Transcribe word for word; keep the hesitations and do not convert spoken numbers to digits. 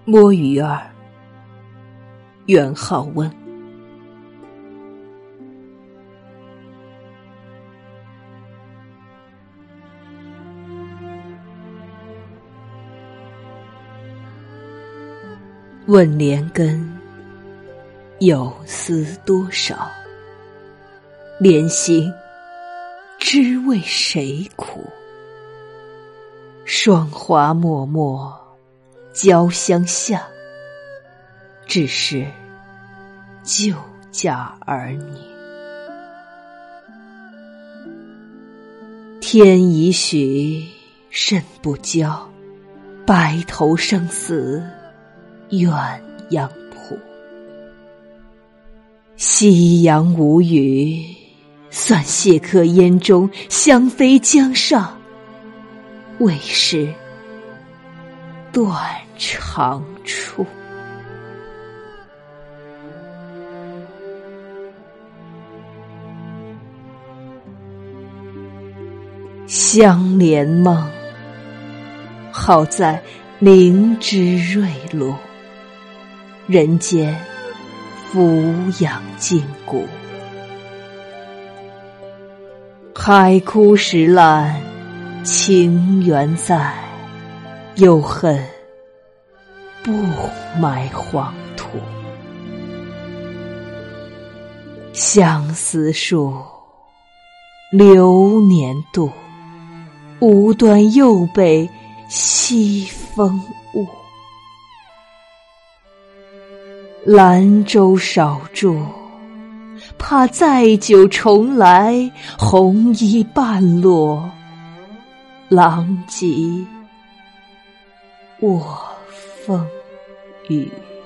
摸鱼儿，元好温。问莲根，有思多少？莲心，知为谁苦？霜华脉脉，交相向，只是旧嫁儿女。天已许，身不交，白头生死鸳鸯谱。夕阳无语，算谢客烟中香飞江上，为是断肠处。相连梦，好在灵芝瑞露，人间俯仰筋骨。海枯石烂，情缘在，又恨不埋黄土。相思树，流年度，无端又被西风误。兰舟少住，怕再久重来，红衣半落，狼藉卧风雨。